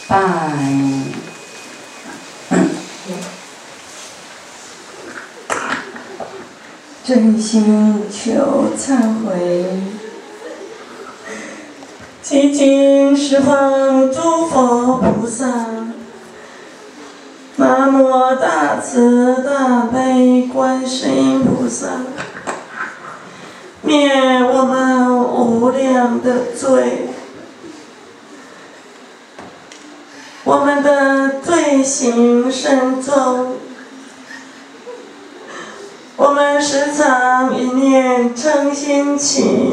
拜。真心求忏悔，祈请十方诸佛菩萨，南无大慈大悲观世音菩萨，灭我们无量的罪，我们的罪行深重。我们时常一念嗔心起，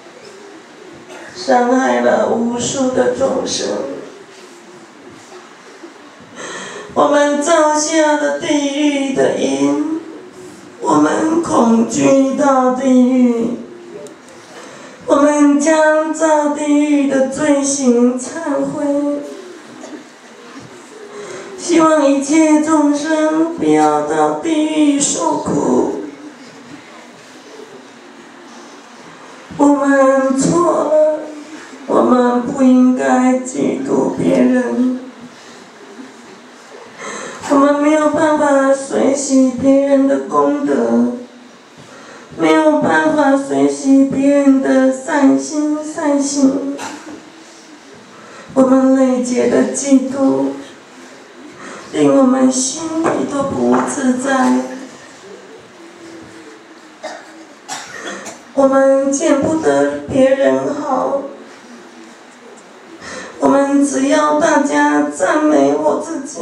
伤害了无数的众生。我们造下了地狱的因，我们恐惧到地狱，我们将造地狱的罪行忏悔。希望一切众生不要到地狱受苦。我们错了，我们不应该嫉妒别人。我们没有办法随喜别人的功德，没有办法随喜别人的善心善行。我们累劫的嫉妒，令我们心里都不自在。我们见不得别人好，我们只要大家赞美我自己。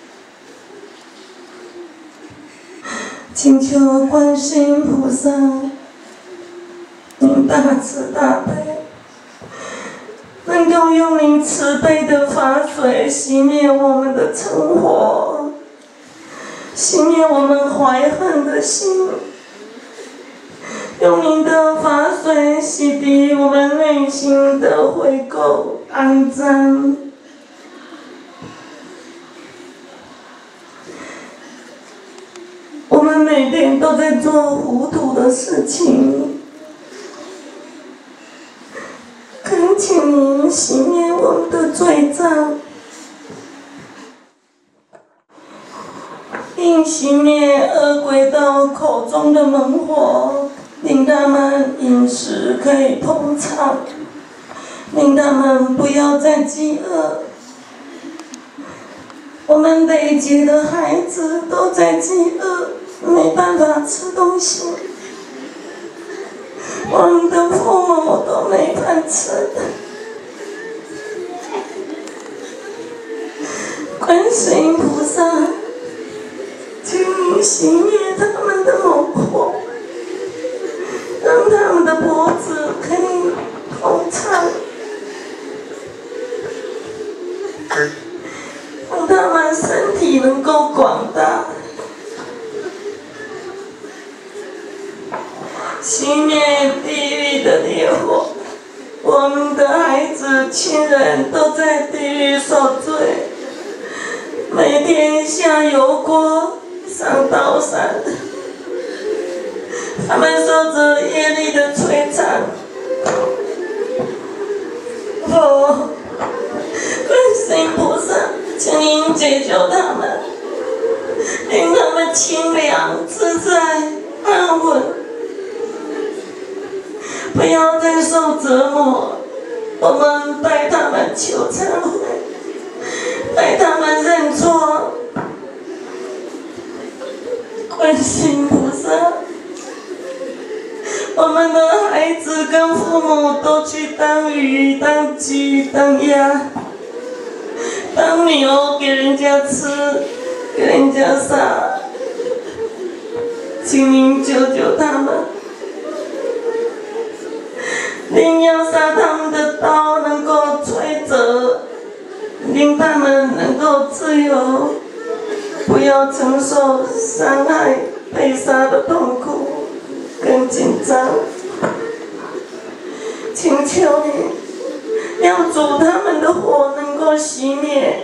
请求观世音菩萨，您大慈大悲，能够用您慈悲的法水熄灭我们的嗔火，熄灭我们怀恨的心，用您的法水洗涤我们内心的秽垢肮脏。我们每天都在做糊涂的事情，恳请您洗灭我们的罪障，并熄灭恶鬼道口中的猛火，令他们饮食可以通畅，令他们不要再饥饿。我们累劫的孩子都在饥饿，没办法吃东西，我们的父母都没饭吃。观世音菩萨，请你熄灭他们的猛火，让他们的脖子可以通畅，让他们身体能够广大。熄灭地狱的烈火，我们的孩子、亲人都在地狱受罪，每天下油锅、上刀山，他们受着业力的摧残。哦，观世音菩萨，请您解救他们，令他们清凉自在、安稳。不要再受折磨，我们拜他们求忏悔，拜他们认错。观世音菩萨，我们的孩子跟父母都去当鱼、当鸡、当鸭、当牛给人家吃，给人家杀，请您救救他们。令要杀他们的刀能够摧折，令他们能够自由，不要承受伤害、被杀的痛苦跟紧张。请求你，要主他们的火能够熄灭。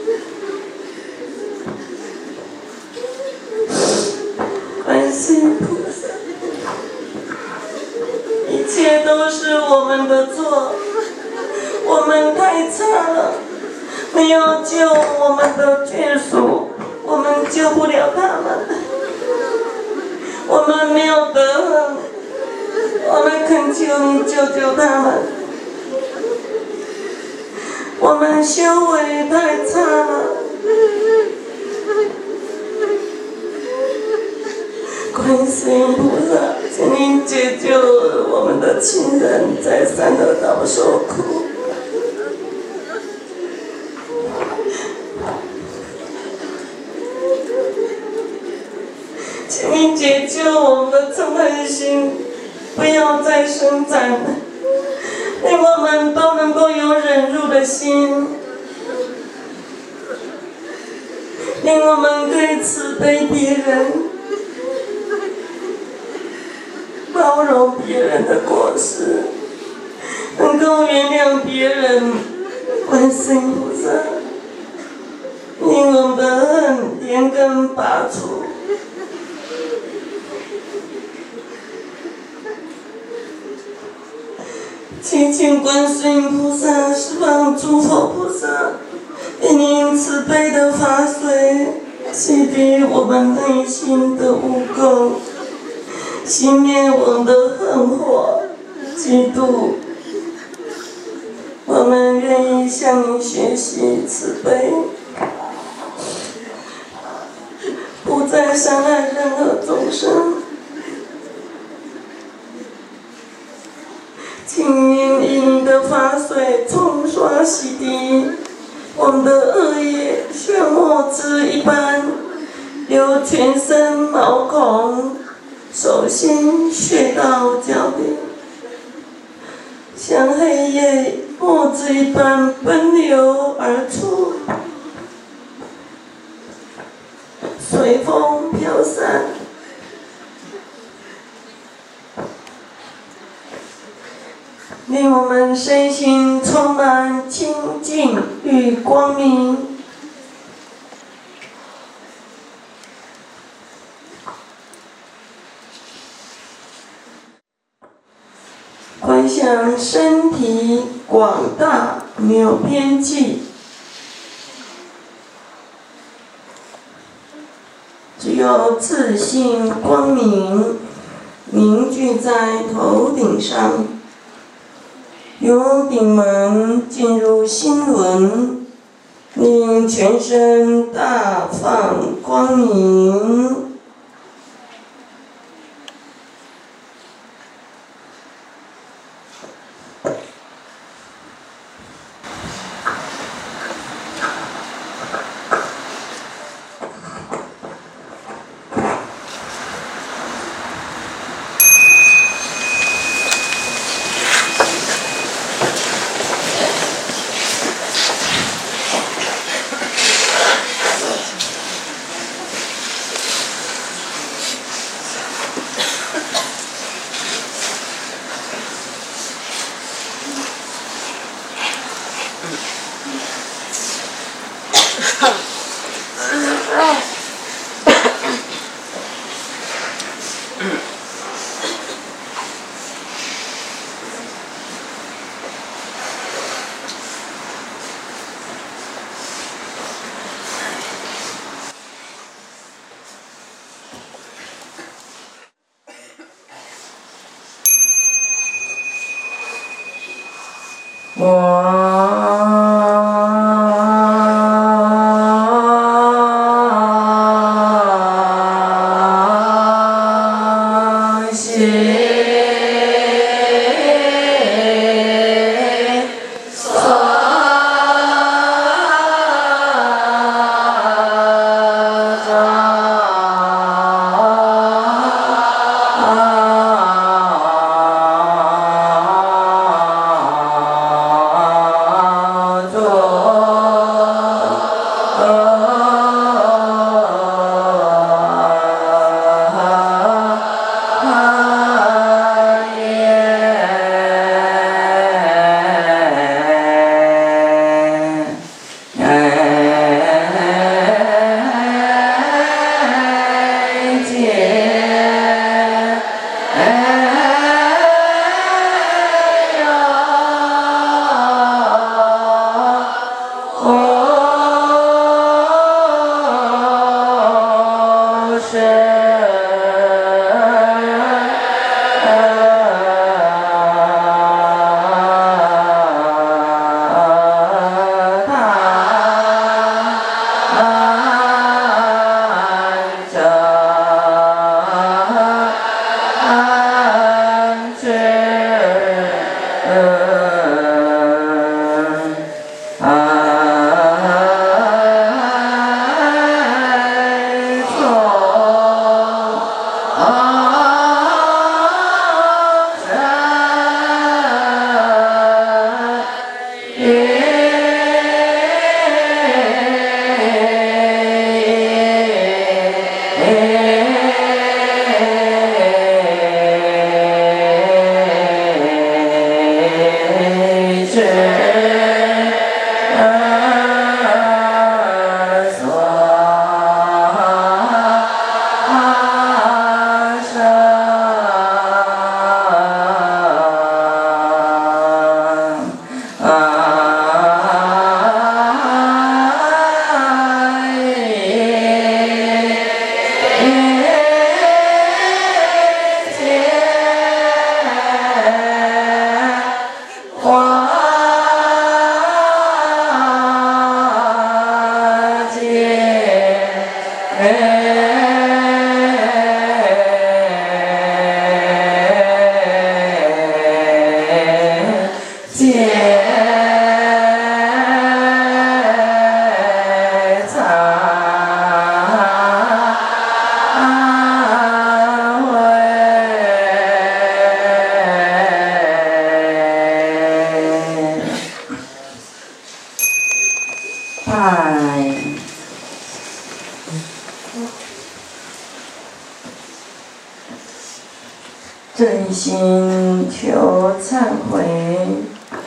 观世音菩萨，一切都是我们的错，我们太差了，没没有救我们的眷属，我们救不了他们。我们没有德行，我们恳求你救救他们。我们修为太差了，观世音菩萨，请您解救我们的亲人在三恶道受苦。请您解救我们的嗔恨心，不要再生长了，令我们都能够有忍辱的心，令我们可以慈悲别人，包容别人的过失，能够原谅别人。观世音菩萨，令我们的恨连根拔除。请观世音菩萨释放诸佛菩萨，以您慈悲的法水洗涤我们内心的污垢，熄灭我们的恨火、嫉妒。我们愿意向您学习慈悲，不再伤害任何众生。请您以你的法水冲刷洗涤我们的恶业，像墨汁一般由全身毛孔、手心、穴道、脚底，像黑夜墨汁一般奔流而出，随风飘散。令我们身心充满清净与光明。观想身体广大没有边际，只有自信光明凝聚在头顶上。由顶门进入心轮，令全身大放光明。 嗨，真心求忏悔，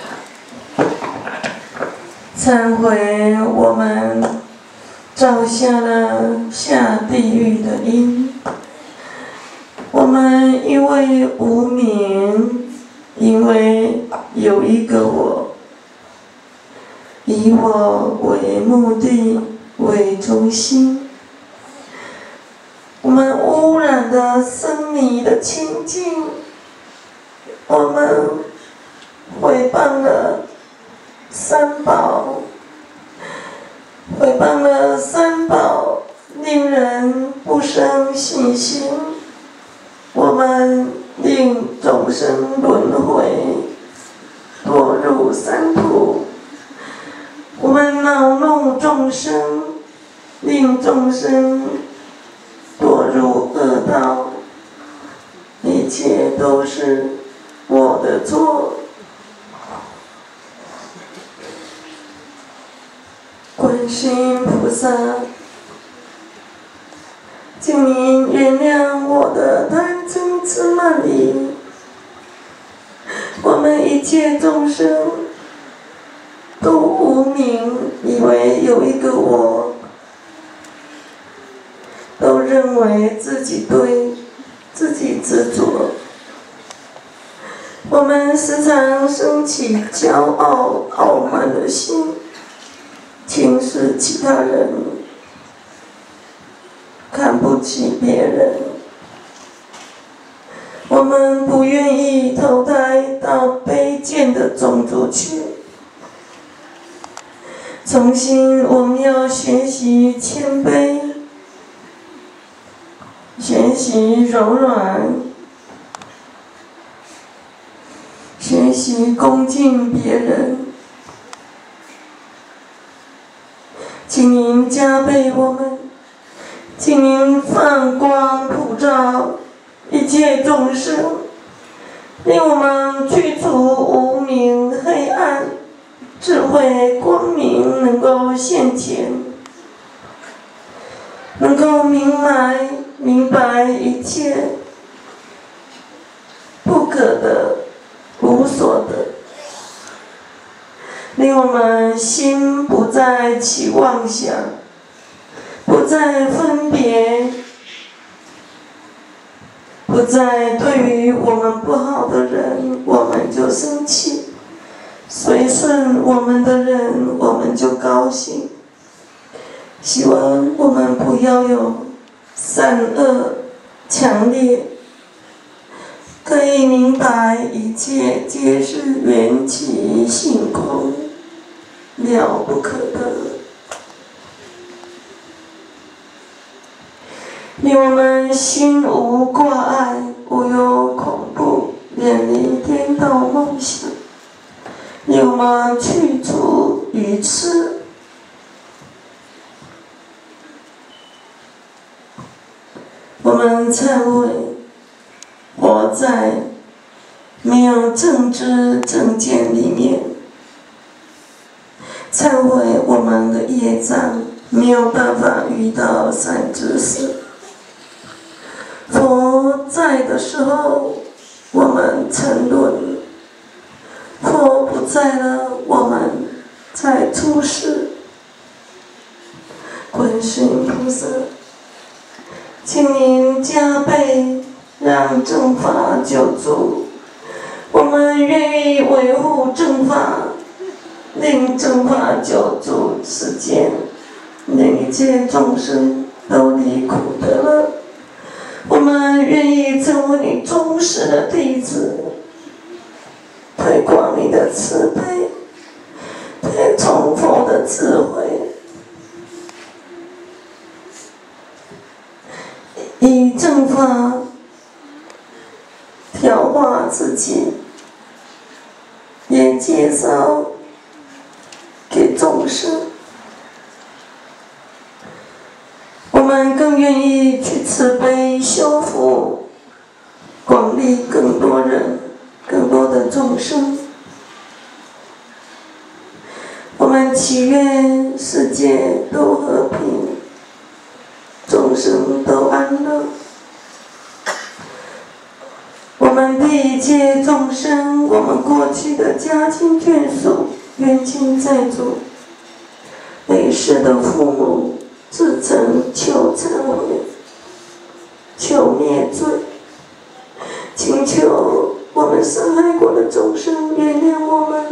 忏悔我们造下了下地狱的因。我们因为无明，因为有一个我，以我为目的为中心，我们污染了生命的清净，我们毁谤了三宝，毁谤了三宝，令人不生信心。我们令众生轮回，堕入三途。我们恼怒众生，令众生堕入恶道。一切都是我的错。观世音菩萨，请您原谅我的贪嗔痴慢疑。我们一切众生都无明，以为有一个我，都认为自己对，自己执着。我们时常升起骄傲、傲慢的心，轻视其他人，看不起别人。我们不愿意投胎到卑贱的种族去。重新，我们要学习谦卑，学习柔软，学习恭敬别人。请您加倍我们，请您放光普照一切众生，令我们去除无明黑暗，智慧光明能够现前，能够明白一切不可得、无所得，令我们心不再起妄想，不再分别，不再对于我们不好的人我们就生气，随顺我们的人我们就高兴。希望我们不要有善恶强烈，可以明白一切皆是缘起性空，了不可得。令我们心无挂碍，无有恐怖，远离颠倒梦想。令我们去除愚痴。我们忏悔，活在没有正知正见里面，忏悔我们的业障，没有办法遇到善知识。佛在的时候，我们沉沦；佛不在了，我们才出世。观世音菩萨，请您加倍让正法久住。我们愿意维护正法，令正法久住世间，令一切众生都离苦得乐。我们愿意成为你忠实的弟子，推广你的慈悲，推崇佛的智慧，以正法调化自己，也介绍给众生。我们更愿意去慈悲修福，广利更多人，更多的众生。 我们祈愿世界都和平，众生都安乐。我们替一切众生，我们过去的家亲眷属、冤亲债主、累世的父母，至诚求忏悔，求灭罪，请求我们伤害过的众生原谅我们，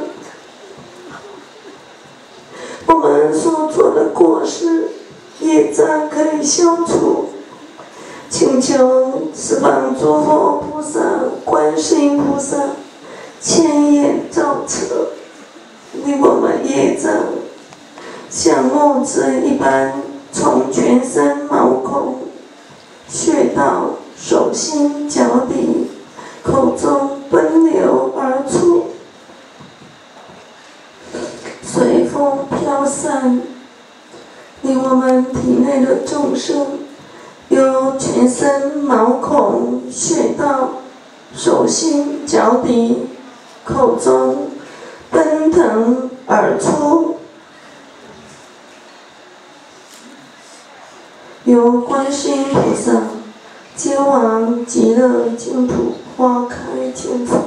我们所做的过失业障可以消除，请求十方诸佛菩萨、观世音菩萨千眼照彻，令我们业障像墨汁一般从全身毛孔、穴道、手心、脚底、口中奔流而出，随风飘散，令我们体内的众生由全身毛孔、穴道、手心、脚底、口中奔腾而出，由观世音菩萨接往极乐净土花开见佛，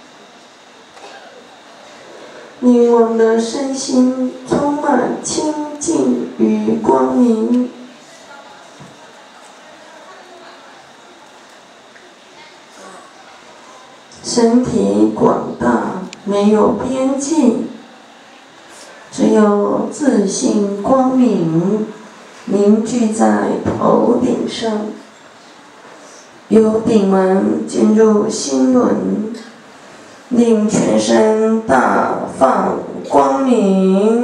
令我们的身心充满清净与光明。身体广大，没有边际，只有自信光明凝聚在头顶上，由顶门进入心轮，令全身大放光明。